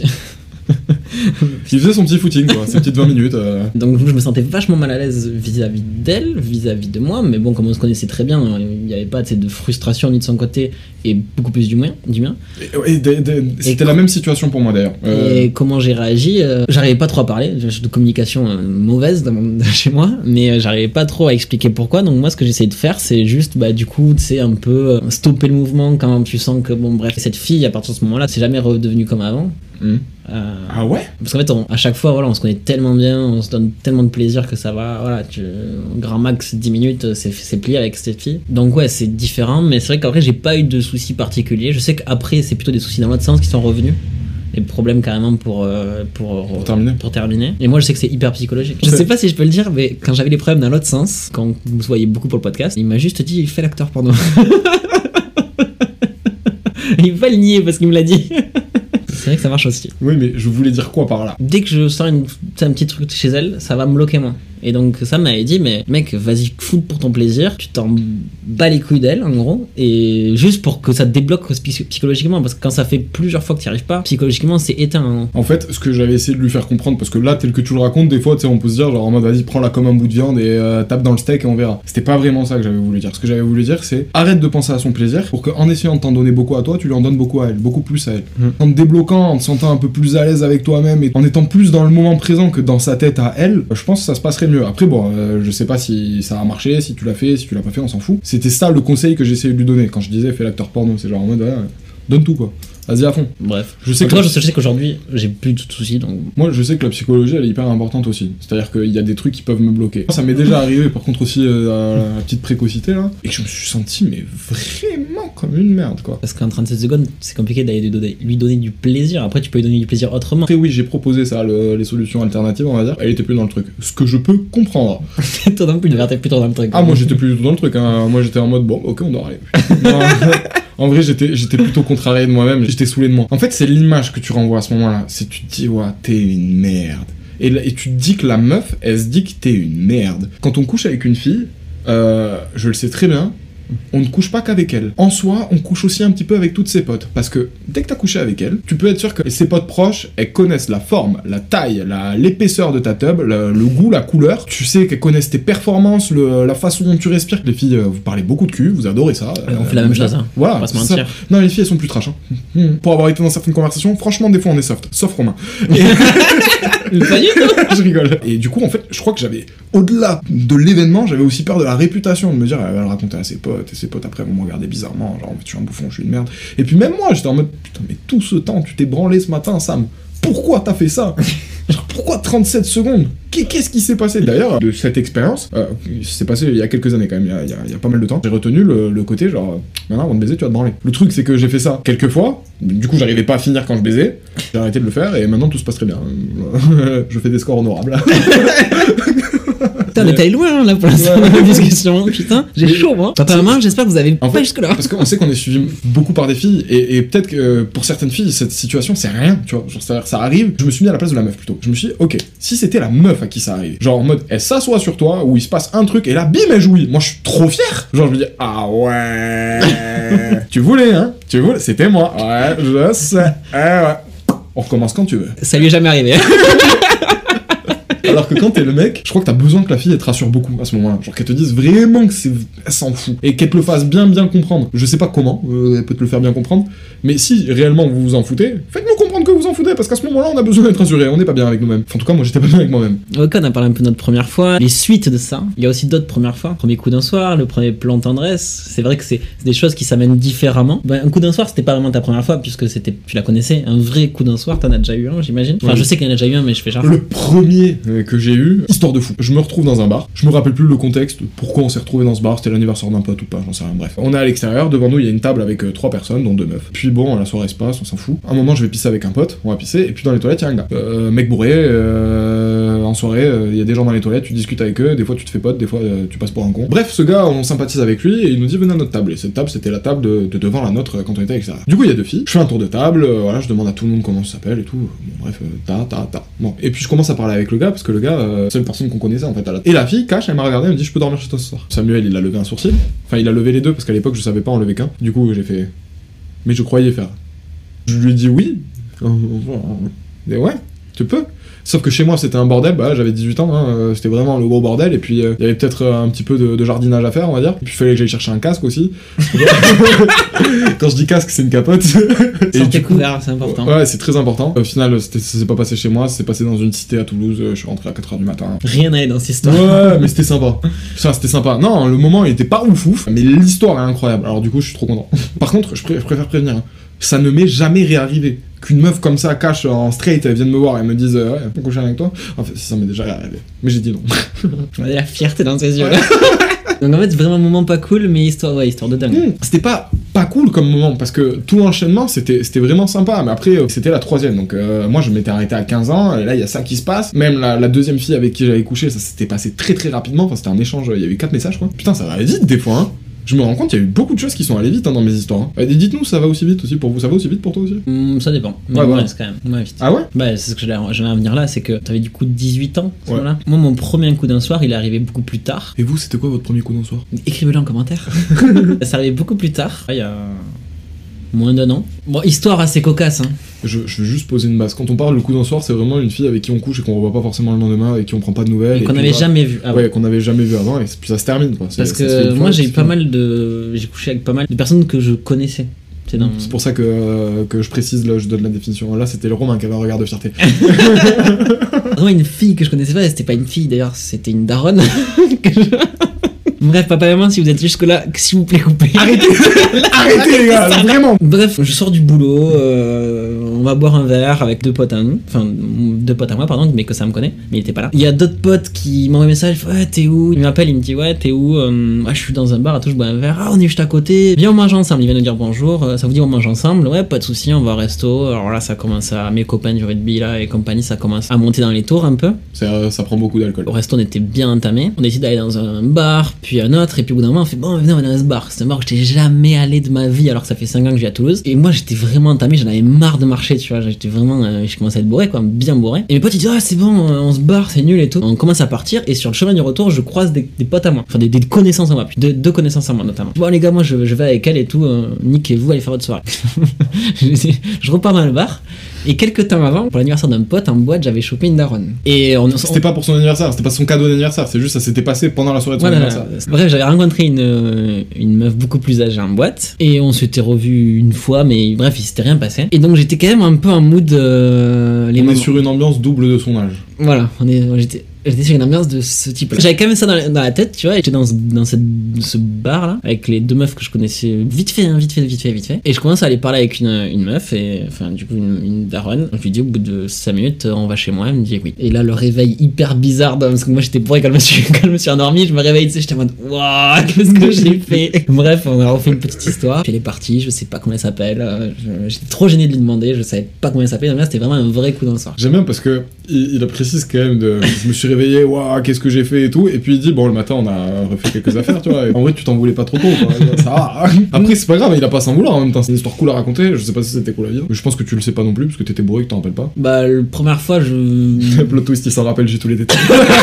il faisait son petit footing, quoi, ses petites vingt minutes. Euh... Donc je me sentais vachement mal à l'aise vis-à-vis d'elle, vis-à-vis de moi, mais bon, comme on se connaissait très bien, il n'y avait pas de frustration ni de son côté, et beaucoup plus du mien. Du mien. Et, et, et, et, c'était et la même situation pour moi d'ailleurs. Euh... Et comment j'ai réagi, euh, j'arrivais pas trop à parler, j'ai de communication euh, mauvaise dans mon, chez moi, mais euh, j'arrivais pas trop à expliquer pourquoi, donc moi ce que j'essayais de faire, c'est juste, bah du coup, tu sais, un peu euh, stopper le mouvement quand tu sens que, bon bref, cette fille, à partir de ce moment-là, c'est jamais redevenu comme avant. Mmh. Euh, ah ouais? Parce qu'en fait, on, à chaque fois, voilà, on se connaît tellement bien, on se donne tellement de plaisir que ça va, voilà, tu, grand max dix minutes, c'est, c'est plié avec cette fille. Donc ouais, c'est différent, mais c'est vrai qu'après, j'ai pas eu de soucis particuliers. Je sais qu'après, c'est plutôt des soucis dans l'autre sens qui sont revenus. Des problèmes carrément pour, euh, pour, pour, terminer. pour terminer. Et moi, je sais que c'est hyper psychologique. Je sais pas si je peux le dire, mais quand j'avais les problèmes dans l'autre sens, quand vous voyez beaucoup pour le podcast, il m'a juste dit, fais l'acteur porno. Il va le nier parce qu'il me l'a dit. C'est vrai que ça marche aussi. Oui, mais je voulais dire quoi par là? Dès que je sors une, un petit truc chez elle, ça va me bloquer moi. Et donc ça m'avait dit, mais mec, vas-y, fout pour ton plaisir, tu t'en bats les couilles d'elle en gros, et juste pour que ça te débloque psychologiquement, parce que quand ça fait plusieurs fois que tu n'y arrives pas, psychologiquement c'est éteint. Hein. En fait, ce que j'avais essayé de lui faire comprendre, parce que là, tel que tu le racontes, des fois, tu sais, on peut se dire, genre en mode, vas-y, prends-la comme un bout de viande et euh, tape dans le steak et on verra. C'était pas vraiment ça que j'avais voulu dire. Ce que j'avais voulu dire, c'est arrête de penser à son plaisir, pour qu'en essayant de t'en donner beaucoup à toi, tu lui en donnes beaucoup à elle, beaucoup plus à elle. Mmh. En te débloquant, en te sentant un peu plus à l'aise avec toi-même et en étant plus dans le moment présent que dans sa tête à elle, je pense que ça se passerait mieux. Après, bon, euh, je sais pas si ça a marché, si tu l'as fait, si tu l'as pas fait, on s'en fout. C'était ça le conseil que j'essayais de lui donner quand je disais fais l'acteur porno, c'est genre en mode ouais, donne tout quoi. Vas-y à fond. Bref. Je sais en que tout cas, je sais qu'aujourd'hui, j'ai plus de soucis. Donc... Moi, je sais que la psychologie, elle est hyper importante aussi. C'est-à-dire qu'il y a des trucs qui peuvent me bloquer. Ça m'est déjà arrivé, par contre, aussi euh, à la petite précocité, là. Et que je me suis senti, mais vraiment comme une merde, quoi. Parce qu'en trente-sept secondes, c'est compliqué d'aller lui donner, lui donner du plaisir. Après, tu peux lui donner du plaisir autrement. Après, oui, j'ai proposé ça, le, les solutions alternatives, on va dire. Elle était plus dans le truc. Ce que je peux comprendre. Toi non plus, t'es plutôt dans le truc. Ah, moi, j'étais plus du tout dans le truc. Hein. Moi, j'étais en mode, bon, ok, on doit arriver. En vrai, j'étais, j'étais plutôt contrarié de moi-même, j'étais saoulé de moi. En fait, c'est l'image que tu renvoies à ce moment-là. C'est tu te dis, ouais, t'es une merde. Et, et tu te dis que la meuf, elle se dit que t'es une merde. Quand on couche avec une fille, euh, je le sais très bien, on ne couche pas qu'avec elle. En soi, on couche aussi un petit peu avec toutes ses potes. Parce que dès que t'as couché avec elle, tu peux être sûr que ses potes proches, elles connaissent la forme, la taille, la, l'épaisseur de ta tub, le, le goût, la couleur. Tu sais qu'elles connaissent tes performances, le, la façon dont tu respires. Les filles, vous parlez beaucoup de cul, vous adorez ça. Euh, on fait la même chose, hein. Voilà. On va se mentir. Non, les filles, elles sont plus trash. Hein. Mmh. Pour avoir été dans certaines conversations, franchement, des fois, on est soft. Sauf Romain. Et... Pas du tout. Je rigole. Et du coup, en fait, je crois que j'avais, au-delà de l'événement, j'avais aussi peur de la réputation, de me dire, elle va le raconter à ses potes, et ses potes après vont me regarder bizarrement, genre, je suis un bouffon, je suis une merde. Et puis même moi, j'étais en mode, putain, mais tout ce temps, tu t'es branlé ce matin, Sam. Pourquoi t'as fait ça? Genre, pourquoi trente-sept secondes? Qu'est-ce qui s'est passé? D'ailleurs, de cette expérience, euh, c'est passé il y a quelques années quand même, il y a, il y a, il y a pas mal de temps, j'ai retenu le, le côté genre, maintenant avant de baiser, tu vas te branler. Le truc, c'est que j'ai fait ça quelques fois, du coup j'arrivais pas à finir quand je baisais, j'ai arrêté de le faire et maintenant tout se passe très bien. Je fais des scores honorables. Putain, on est allé loin là pour l'instant dans la discussion. Putain, j'ai chaud moi. Papa, maman, j'espère que vous avez en pas fait, jusque là. Parce qu'on sait qu'on est suivi beaucoup par des filles et, et peut-être que pour certaines filles, cette situation c'est rien, tu vois. Genre ça, ça arrive. Je me suis mis à la place de la meuf plutôt. Je me suis dit, ok, si c'était la meuf à qui ça arrive, genre en mode elle s'assoit sur toi ou il se passe un truc et là bim elle jouit. Moi je suis trop fier. Genre je me dis, ah ouais, tu voulais hein, tu voulais, c'était moi. Ouais, je sais. Eh ouais. On recommence quand tu veux. Ça lui est jamais arrivé. Alors que quand t'es le mec, je crois que t'as besoin que la fille elle te rassure beaucoup à ce moment-là. Genre qu'elle te dise vraiment que c'est... elle s'en fout. Et qu'elle te le fasse bien bien comprendre. Je sais pas comment, euh, elle peut te le faire bien comprendre. Mais si réellement vous vous en foutez, faites-nous comprendre que vous en foutez. Parce qu'à ce moment-là, on a besoin d'être rassuré. On n'est pas bien avec nous-mêmes. Enfin, en tout cas, moi j'étais pas bien avec moi-même. Ok, on a parlé un peu de notre première fois. Les suites de ça, il y a aussi d'autres premières fois. Premier coup d'un soir, le premier plan tendresse. C'est vrai que c'est, c'est des choses qui s'amènent différemment. Ben, un coup d'un soir, c'était pas vraiment ta première fois puisque c'était, tu la connaissais. Un vrai coup d'un soir, t'en as déjà eu un, j'imagine. Enfin, Oui. je sais qu'il y en a déjà eu un, mais je fais genre. Le premier euh, que j'ai eu, histoire de fou. Je me retrouve dans un bar. Je me rappelle plus le contexte, pourquoi on s'est retrouvé dans ce bar, c'était l'anniversaire d'un pote ou pas, j'en sais rien. Bref. On est à l'extérieur, devant nous il y a une table avec euh, trois personnes, dont deux meufs. Puis bon, la soirée se passe, on s'en fout. À un moment, je vais pisser avec un pote, on va pisser, et puis dans les toilettes, il y a un gars. Euh, mec bourré, euh, en soirée, il euh, y a des gens dans les toilettes, tu discutes avec eux, des fois tu te fais pote, des fois euh, tu passes pour un con. Bref, ce gars, on sympathise avec lui, et il nous dit venez à notre table. Et cette table, c'était la table de, de devant la nôtre euh, quand on était à l'extérieur. Du coup, il y a deux filles, je fais un tour de table, euh, voilà, je demande à tout le monde comment ça s'appelle et tout. Bon, bref, euh, ta, ta, ta. Bon. Et puis je commence à parler avec le gars, parce que le gars, euh, c'est une personne qu'on connaissait en fait. À la... Et la fille, cache, elle m'a regardé, elle me dit je peux dormir chez toi ce soir. Samuel, il a levé un sourcil. Enfin, il a levé les deux, parce qu'à l'époque, je savais pas en lever qu'un. Du coup, j'ai fait. Mais je croyais faire. Je lui ai dit oui. Et ouais, tu peux. Sauf que chez moi c'était un bordel, bah j'avais dix-huit ans, hein, euh, c'était vraiment le gros bordel, et puis il euh, y avait peut-être euh, un petit peu de, de jardinage à faire, on va dire. Et puis il fallait que j'aille chercher un casque aussi. Quand je dis casque, c'est une capote. Sortez couvert, c'est important. Ouais, c'est très important. Au final, ça s'est pas passé chez moi, ça s'est passé dans une cité à Toulouse, je suis rentré à quatre heures du matin. Rien n'allait dans cette histoire. Ouais, mais c'était sympa. Ça, c'était sympa. Non, le moment il était pas ouf ouf, mais l'histoire est incroyable. Alors du coup, je suis trop content. Par contre, je, pré- je préfère prévenir, hein, ça ne m'est jamais réarrivé. Qu'une meuf comme ça, cache en straight, elle vienne me voir et me dise euh, ouais, on peut coucher avec toi. En fait, ça m'est déjà arrivé. Mais j'ai dit non. On a la fierté dans ses yeux. Donc en fait, c'est vraiment un moment pas cool, mais histoire, ouais, histoire de dingue. Mmh. C'était pas, pas cool comme moment, parce que tout l'enchaînement, c'était, c'était vraiment sympa. Mais après, euh, c'était la troisième. Donc euh, moi, je m'étais arrêté à quinze ans, et là, il y a ça qui se passe. Même la, la deuxième fille avec qui j'avais couché, ça s'était passé très très rapidement. Enfin, c'était un échange, il y a eu quatre messages, quoi. Putain, ça va vite des fois, hein. Je me rends compte, il y a eu beaucoup de choses qui sont allées vite hein, dans mes histoires. Hein. Et dites-nous, ça va aussi vite aussi pour vous, ça va aussi vite pour toi aussi mmh, Ça dépend. Mais ouais, ouais, ouais. c'est quand même. Ouais, vite. Ah ouais Bah, c'est ce que j'allais, j'allais en venir là, c'est que t'avais du coup dix-huit ans, ce ouais. moment-là. Moi, mon premier coup d'un soir, il est arrivé beaucoup plus tard. Et vous, c'était quoi votre premier coup d'un soir? Écrivez-le en commentaire. Ça arrivait beaucoup plus tard, il y a moins d'un an. Bon, histoire assez cocasse, hein. Je, je vais juste poser une base. Quand on parle le coup d'un soir, c'est vraiment une fille avec qui on couche et qu'on revoit pas forcément le lendemain et qui on prend pas de nouvelles. Et qu'on puis n'avait voilà. jamais vu avant. Ouais, qu'on avait jamais vu avant et puis ça se termine quoi. Parce ça que se fait une moi fois, j'ai eu c'est pas fini. mal de. J'ai couché avec pas mal de personnes que je connaissais. C'est, dans... C'est pour ça que, euh, que je précise, là, je donne la définition. Là, c'était le Romain qui avait un regard de fierté. Vraiment une fille que je connaissais pas, et c'était pas une fille d'ailleurs, c'était une daronne. que je... Bref, papa et maman, si vous êtes jusque-là, s'il vous plaît, coupez. Arrêtez Arrêtez, les gars, vraiment. Bref, je sors du boulot, euh, on va boire un verre avec deux potes à nous, enfin, deux potes à moi, pardon, mais que ça me connaît, mais il était pas là. Il y a d'autres potes qui m'envoient un message, ouais, t'es où? Il m'appelle, il me dit, ouais, t'es où? euh, ah, je suis dans un bar, à tout, je bois un verre, ah, on est juste à côté, viens, on mange ensemble. Il vient nous dire bonjour, euh, ça vous dit, on mange ensemble, ouais, pas de soucis, on va au resto. Alors là, ça commence à, mes copains du rugby là et compagnie, ça commence à monter dans les tours un peu. Ça, ça prend beaucoup d'alcool. Au resto, on était bien entamé. On décide d'aller dans un bar, puis un autre, et puis au bout d'un moment, on fait bon, venez, on va dans ce bar. C'est un bar où j'étais jamais allé de ma vie, alors que ça fait cinq ans que je vis à Toulouse. Et moi, j'étais vraiment entamé, j'en avais marre de marcher, tu vois. J'étais vraiment, euh, je commençais à être bourré, quoi, bien bourré. Et mes potes, ils disent, ah, c'est bon, on se barre, c'est nul et tout. On commence à partir, et sur le chemin du retour, je croise des, des potes à moi. Enfin, des, des connaissances à moi, puis deux, deux connaissances à moi, notamment. Bon, les gars, moi, je, je vais avec elle et tout, euh, niquez-vous, allez faire votre soirée. je, je repars dans le bar. Et quelques temps avant, pour l'anniversaire d'un pote en boîte, j'avais chopé une daronne. Et on, C'était on... pas pour son anniversaire, c'était pas son cadeau d'anniversaire, c'est juste ça s'était passé pendant la soirée de son Voilà, anniversaire. bref, j'avais rencontré une, une meuf beaucoup plus âgée en boîte. Et on s'était revus une fois, mais bref, il s'était rien passé. Et donc j'étais quand même un peu en mood. Euh, les on moments... est sur une ambiance double de son âge. Voilà, on est, j'étais J'étais sur une ambiance de ce type là. J'avais quand même ça dans la, dans la tête, tu vois, et j'étais dans, ce, dans cette, ce bar là, avec les deux meufs que je connaissais vite fait, hein, vite fait, vite fait, vite fait. Et je commence à aller parler avec une, une meuf, et enfin, du coup, une, une daronne. Je lui dis, au bout de cinq minutes, on va chez moi. Elle me dit oui. Et là, le réveil hyper bizarre, parce que moi j'étais bourré quand je me suis, quand je me suis endormi, je me réveille, tu sais, j'étais en mode, waouh, qu'est-ce que j'ai fait. Bref, on a refait une petite histoire. Puis elle est partie, je sais pas comment elle s'appelle. Je, j'étais trop gêné de lui demander, je savais pas comment elle s'appelle. Donc là, c'était vraiment un vrai coup dans le soir. J'aime bien parce que il, il précise quand même de, je me suis réveillé, waouh, qu'est-ce que j'ai fait et tout, et puis il dit bon le matin on a refait quelques affaires, tu vois, et en vrai tu t'en voulais pas trop trop quoi. Ça va. Après c'est pas grave, il a pas à s'en vouloir en même temps, c'est une histoire cool à raconter, je sais pas si c'était cool à vivre, mais je pense que tu le sais pas non plus parce que t'étais bourré et que t'en rappelles pas. Bah la première fois je... Plot twist, il s'en rappelle, j'ai tous les détails.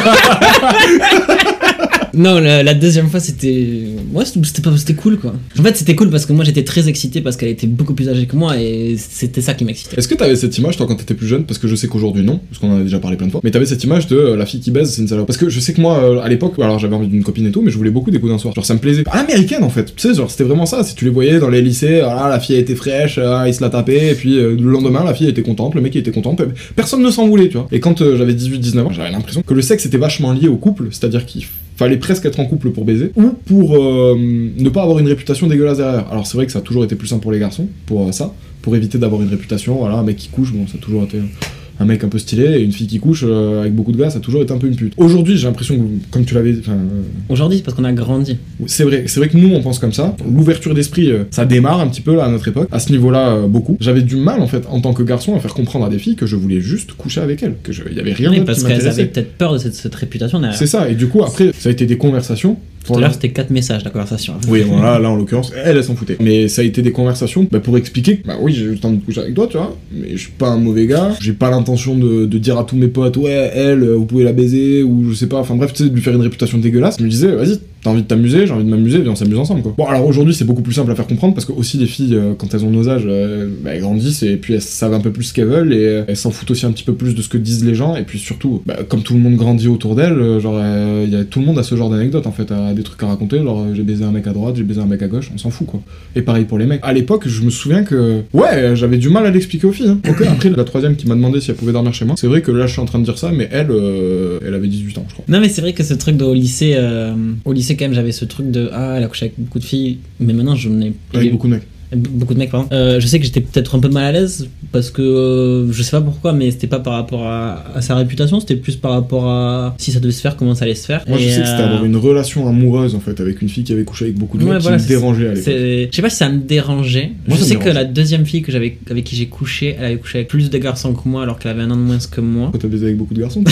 Non, la, la deuxième fois c'était. Ouais, c'était, pas, c'était cool quoi. En fait, c'était cool parce que moi j'étais très excité parce qu'elle était beaucoup plus âgée que moi et c'était ça qui m'excitait. Est-ce que t'avais cette image toi quand t'étais plus jeune? Parce que je sais qu'aujourd'hui non, parce qu'on en a déjà parlé plein de fois. Mais t'avais cette image de euh, la fille qui baise, c'est une salope. Parce que je sais que moi euh, à l'époque, alors j'avais envie d'une copine et tout, mais je voulais beaucoup des coups d'un soir. Genre ça me plaisait. À l'américaine en fait, tu sais, genre c'était vraiment ça. Si tu les voyais dans les lycées, voilà, la fille était fraîche, euh, il se la tapait, et puis euh, le lendemain la fille était contente, le mec était content, personne ne s'en voulait, tu vois. Et quand euh, j'avais dix-huit dix-neuf ans, j'avais l'impression que le sexe était vachement lié au couple, c'est-à-dire qu'il fallait presque être en couple pour baiser, ou pour euh, ne pas avoir une réputation dégueulasse derrière. Alors c'est vrai que ça a toujours été plus simple pour les garçons, pour euh, ça, pour éviter d'avoir une réputation, voilà, un mec qui couche, bon, ça a toujours été un mec un peu stylé, et une fille qui couche euh, avec beaucoup de gars, ça a toujours été un peu une pute. Aujourd'hui, j'ai l'impression que, comme tu l'avais... Euh... Aujourd'hui, c'est parce qu'on a grandi. C'est vrai, c'est vrai que nous, on pense comme ça. L'ouverture d'esprit, euh, ça démarre un petit peu, là, à notre époque. À ce niveau-là, euh, beaucoup. J'avais du mal, en fait, en tant que garçon, à faire comprendre à des filles que je voulais juste coucher avec elles, que je... y avait rien oui, d'autre parce qui qu'elles m'intéressait. avaient peut-être peur de cette, cette réputation derrière. C'est ça, et du coup, après, ça a été des conversations. Tout à l'heure, c'était quatre messages, la conversation. Oui, bon, là, là, en l'occurrence, elle, elle s'en foutait. Mais ça a été des conversations bah, pour expliquer que, bah oui, j'ai eu le temps de coucher avec toi, tu vois, mais je suis pas un mauvais gars, j'ai pas l'intention de, de dire à tous mes potes, ouais, elle, vous pouvez la baiser, ou je sais pas, enfin bref, tu sais, de lui faire une réputation dégueulasse. Je me disais, vas-y, t'as envie de t'amuser, j'ai envie de m'amuser, viens, on s'amuse ensemble, quoi. Bon, alors aujourd'hui, c'est beaucoup plus simple à faire comprendre, parce que aussi, les filles, euh, quand elles ont nos âges, euh, bah, elles grandissent, et puis elles savent un peu plus ce qu'elles veulent, et euh, elles s'en foutent aussi un petit peu plus de ce que disent les gens, et puis surtout, bah, comme tout le monde grandit autour d'elles, euh, genre, euh, y a, tout le monde a ce genre d'anecdote, en fait, a des trucs à raconter, genre, j'ai baisé un mec à droite, j'ai baisé un mec à gauche, on s'en fout, quoi. Et pareil pour les mecs. À l'époque, je me souviens que, ouais, j'avais du mal à l'expliquer aux filles, hein. Ok, après, la troisième qui m'a demandé si elle pouvait dormir chez moi, c'est vrai que là, je suis en train de dire ça, mais elle, euh, elle avait dix-huit ans, je crois. Non, mais c'est vrai que ce truc de, au lycée, euh, au lycée, quand même, j'avais ce truc de, ah, elle a couché avec beaucoup de filles, mais maintenant, je n'ai Avec beaucoup de mecs. Beaucoup de mecs, pardon. Euh, je sais que j'étais peut-être un peu mal à l'aise parce que euh, je sais pas pourquoi, mais c'était pas par rapport à, à sa réputation, c'était plus par rapport à si ça devait se faire, comment ça allait se faire. Moi, et je sais euh... que c'était avoir une relation amoureuse en fait avec une fille qui avait couché avec beaucoup de ouais, mecs voilà, qui me dérangeait à l'époque. C'est... Je sais pas si ça me dérangeait. Moi, je ça sais me que dérange. la deuxième fille que j'avais, avec qui j'ai couché, elle avait couché avec plus de garçons que moi alors qu'elle avait un an de moins que moi. Pourquoi t'as baisé avec beaucoup de garçons?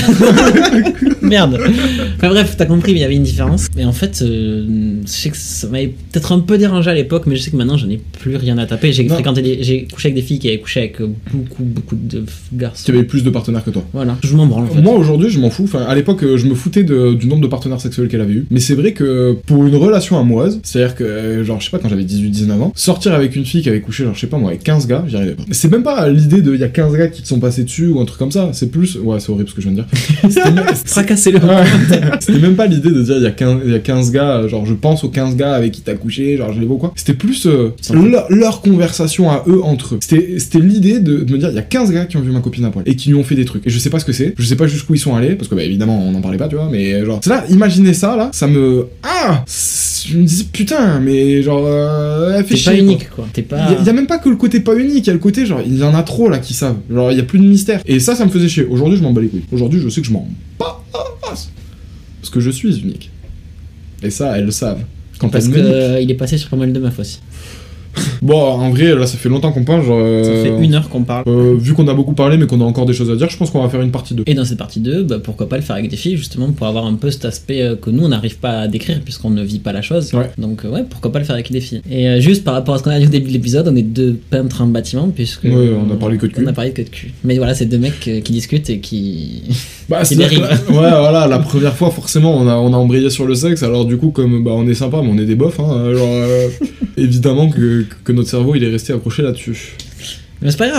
Merde. Enfin bref, t'as compris, mais il y avait une différence. Et en fait, euh, je sais que ça m'avait peut-être un peu dérangé à l'époque, mais je sais que maintenant, j'en ai plus rien à taper. J'ai Non. fréquenté des... j'ai couché avec des filles qui avaient couché avec beaucoup, beaucoup de garçons. Qui avait plus de partenaires que toi. Voilà, je m'en branle en fait. Moi aujourd'hui je m'en fous, enfin à l'époque euh, je me foutais de- du nombre de partenaires sexuels qu'elle avait eu, mais c'est vrai que pour une relation amoureuse, c'est-à-dire que euh, genre je sais pas quand j'avais dix-huit dix-neuf ans, sortir avec une fille qui avait couché genre je sais pas moi avec quinze gars, j'y arrivais pas. C'est même pas l'idée de il y a quinze gars qui te sont passés dessus ou un truc comme ça, c'est plus, ouais c'est horrible ce que je viens de dire. C'était même- Fracassez-le. Ouais. C'était même pas l'idée de dire il y a quinze, il y a quinze gars, genre je pense aux quinze gars avec qui t'as couché, genre je les vois quoi. C'était plus euh, leur, leur conversation à eux entre eux. C'était, c'était l'idée de, de me dire il y a quinze gars qui ont vu ma copine à poil et qui lui ont fait des trucs. Et je sais pas ce que c'est, je sais pas jusqu'où ils sont allés, parce que bah évidemment on en parlait pas, tu vois, mais genre. C'est là, imaginez ça là, ça me. Ah Je me disais putain, mais genre. Euh, elle fait T'es chier, pas quoi. unique quoi. T'es pas. Il y, a- y a même pas que le côté pas unique, il y a le côté genre il y en a trop là qui savent. Genre il y a plus de mystère. Et ça, ça me faisait chier. Aujourd'hui, je m'en bats les couilles. Aujourd'hui, je sais que je m'en bats la race. Parce que je suis unique. Et ça, elles le savent. Quand Parce elles que me niquent. euh, il est passé sur pas mal de meufs aussi. Bon, en vrai, là, ça fait longtemps qu'on parle. Genre, euh, Ça fait une heure qu'on parle. euh, vu qu'on a beaucoup parlé, mais qu'on a encore des choses à dire, je pense qu'on va faire une partie deux. Et dans cette partie deux, bah, pourquoi pas le faire avec des filles, justement, pour avoir un peu cet aspect euh, que nous, on n'arrive pas à décrire, puisqu'on ne vit pas la chose. Ouais. Donc, euh, ouais, pourquoi pas le faire avec des filles. Et euh, juste par rapport à ce qu'on a dit au début de l'épisode, on est deux peintres en bâtiment, puisque... Ouais, on a parlé que de cul. On a parlé que de cul. Mais voilà, c'est deux mecs euh, qui discutent et qui... Bah, qui c'est dérivent. ouais, voilà, la première fois, forcément, on a, on a embrayé sur le sexe, alors du coup, comme bah, on est sympa, mais on est des bofs, hein, genre, euh, évidemment que, que notre cerveau, il est resté accroché là-dessus. Mais c'est pas grave.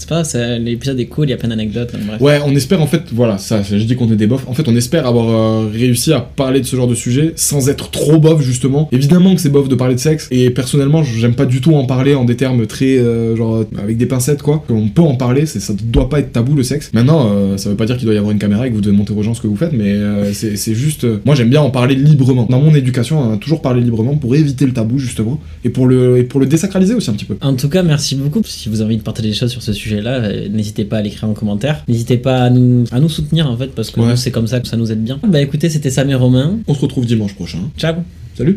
C'est pas, c'est, l'épisode est cool, il y a plein d'anecdotes. Bref. Ouais, on espère en fait, voilà, ça, je dis qu'on est des bofs. En fait, on espère avoir euh, réussi à parler de ce genre de sujet sans être trop bof, justement. Évidemment que c'est bof de parler de sexe, et personnellement, j'aime pas du tout en parler en des termes très, euh, genre, avec des pincettes, quoi. On peut en parler, c'est, ça doit pas être tabou le sexe. Maintenant, euh, ça veut pas dire qu'il doit y avoir une caméra et que vous devez montrer aux gens ce que vous faites, mais euh, c'est, c'est juste. Euh, moi, j'aime bien en parler librement. Dans mon éducation, on a toujours parlé librement pour éviter le tabou, justement, et pour le, et pour le désacraliser aussi un petit peu. En tout cas, merci beaucoup. Si vous avez envie de partager des choses sur ce sujet-là, euh, n'hésitez pas à l'écrire en commentaire. N'hésitez pas à nous, à nous soutenir, en fait, parce que ouais. nous, c'est comme ça que ça nous aide bien. Bah écoutez, c'était Sam et Romain. On se retrouve dimanche prochain. Ciao. Salut.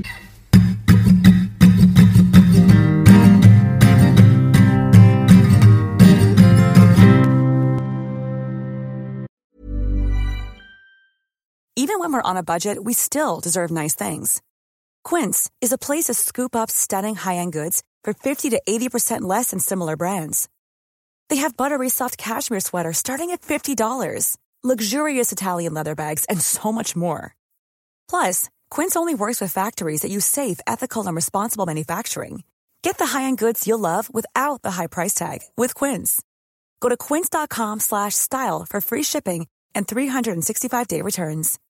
Even when we're on a budget, we still deserve nice things. Quince is a place to scoop up stunning high-end goods for fifty to eighty percent less than similar brands. They have buttery soft cashmere sweaters starting at fifty dollars, luxurious Italian leather bags, and so much more. Plus, Quince only works with factories that use safe, ethical, and responsible manufacturing. Get the high-end goods you'll love without the high price tag with Quince. Go to quince.com slash style for free shipping and three sixty-five day returns.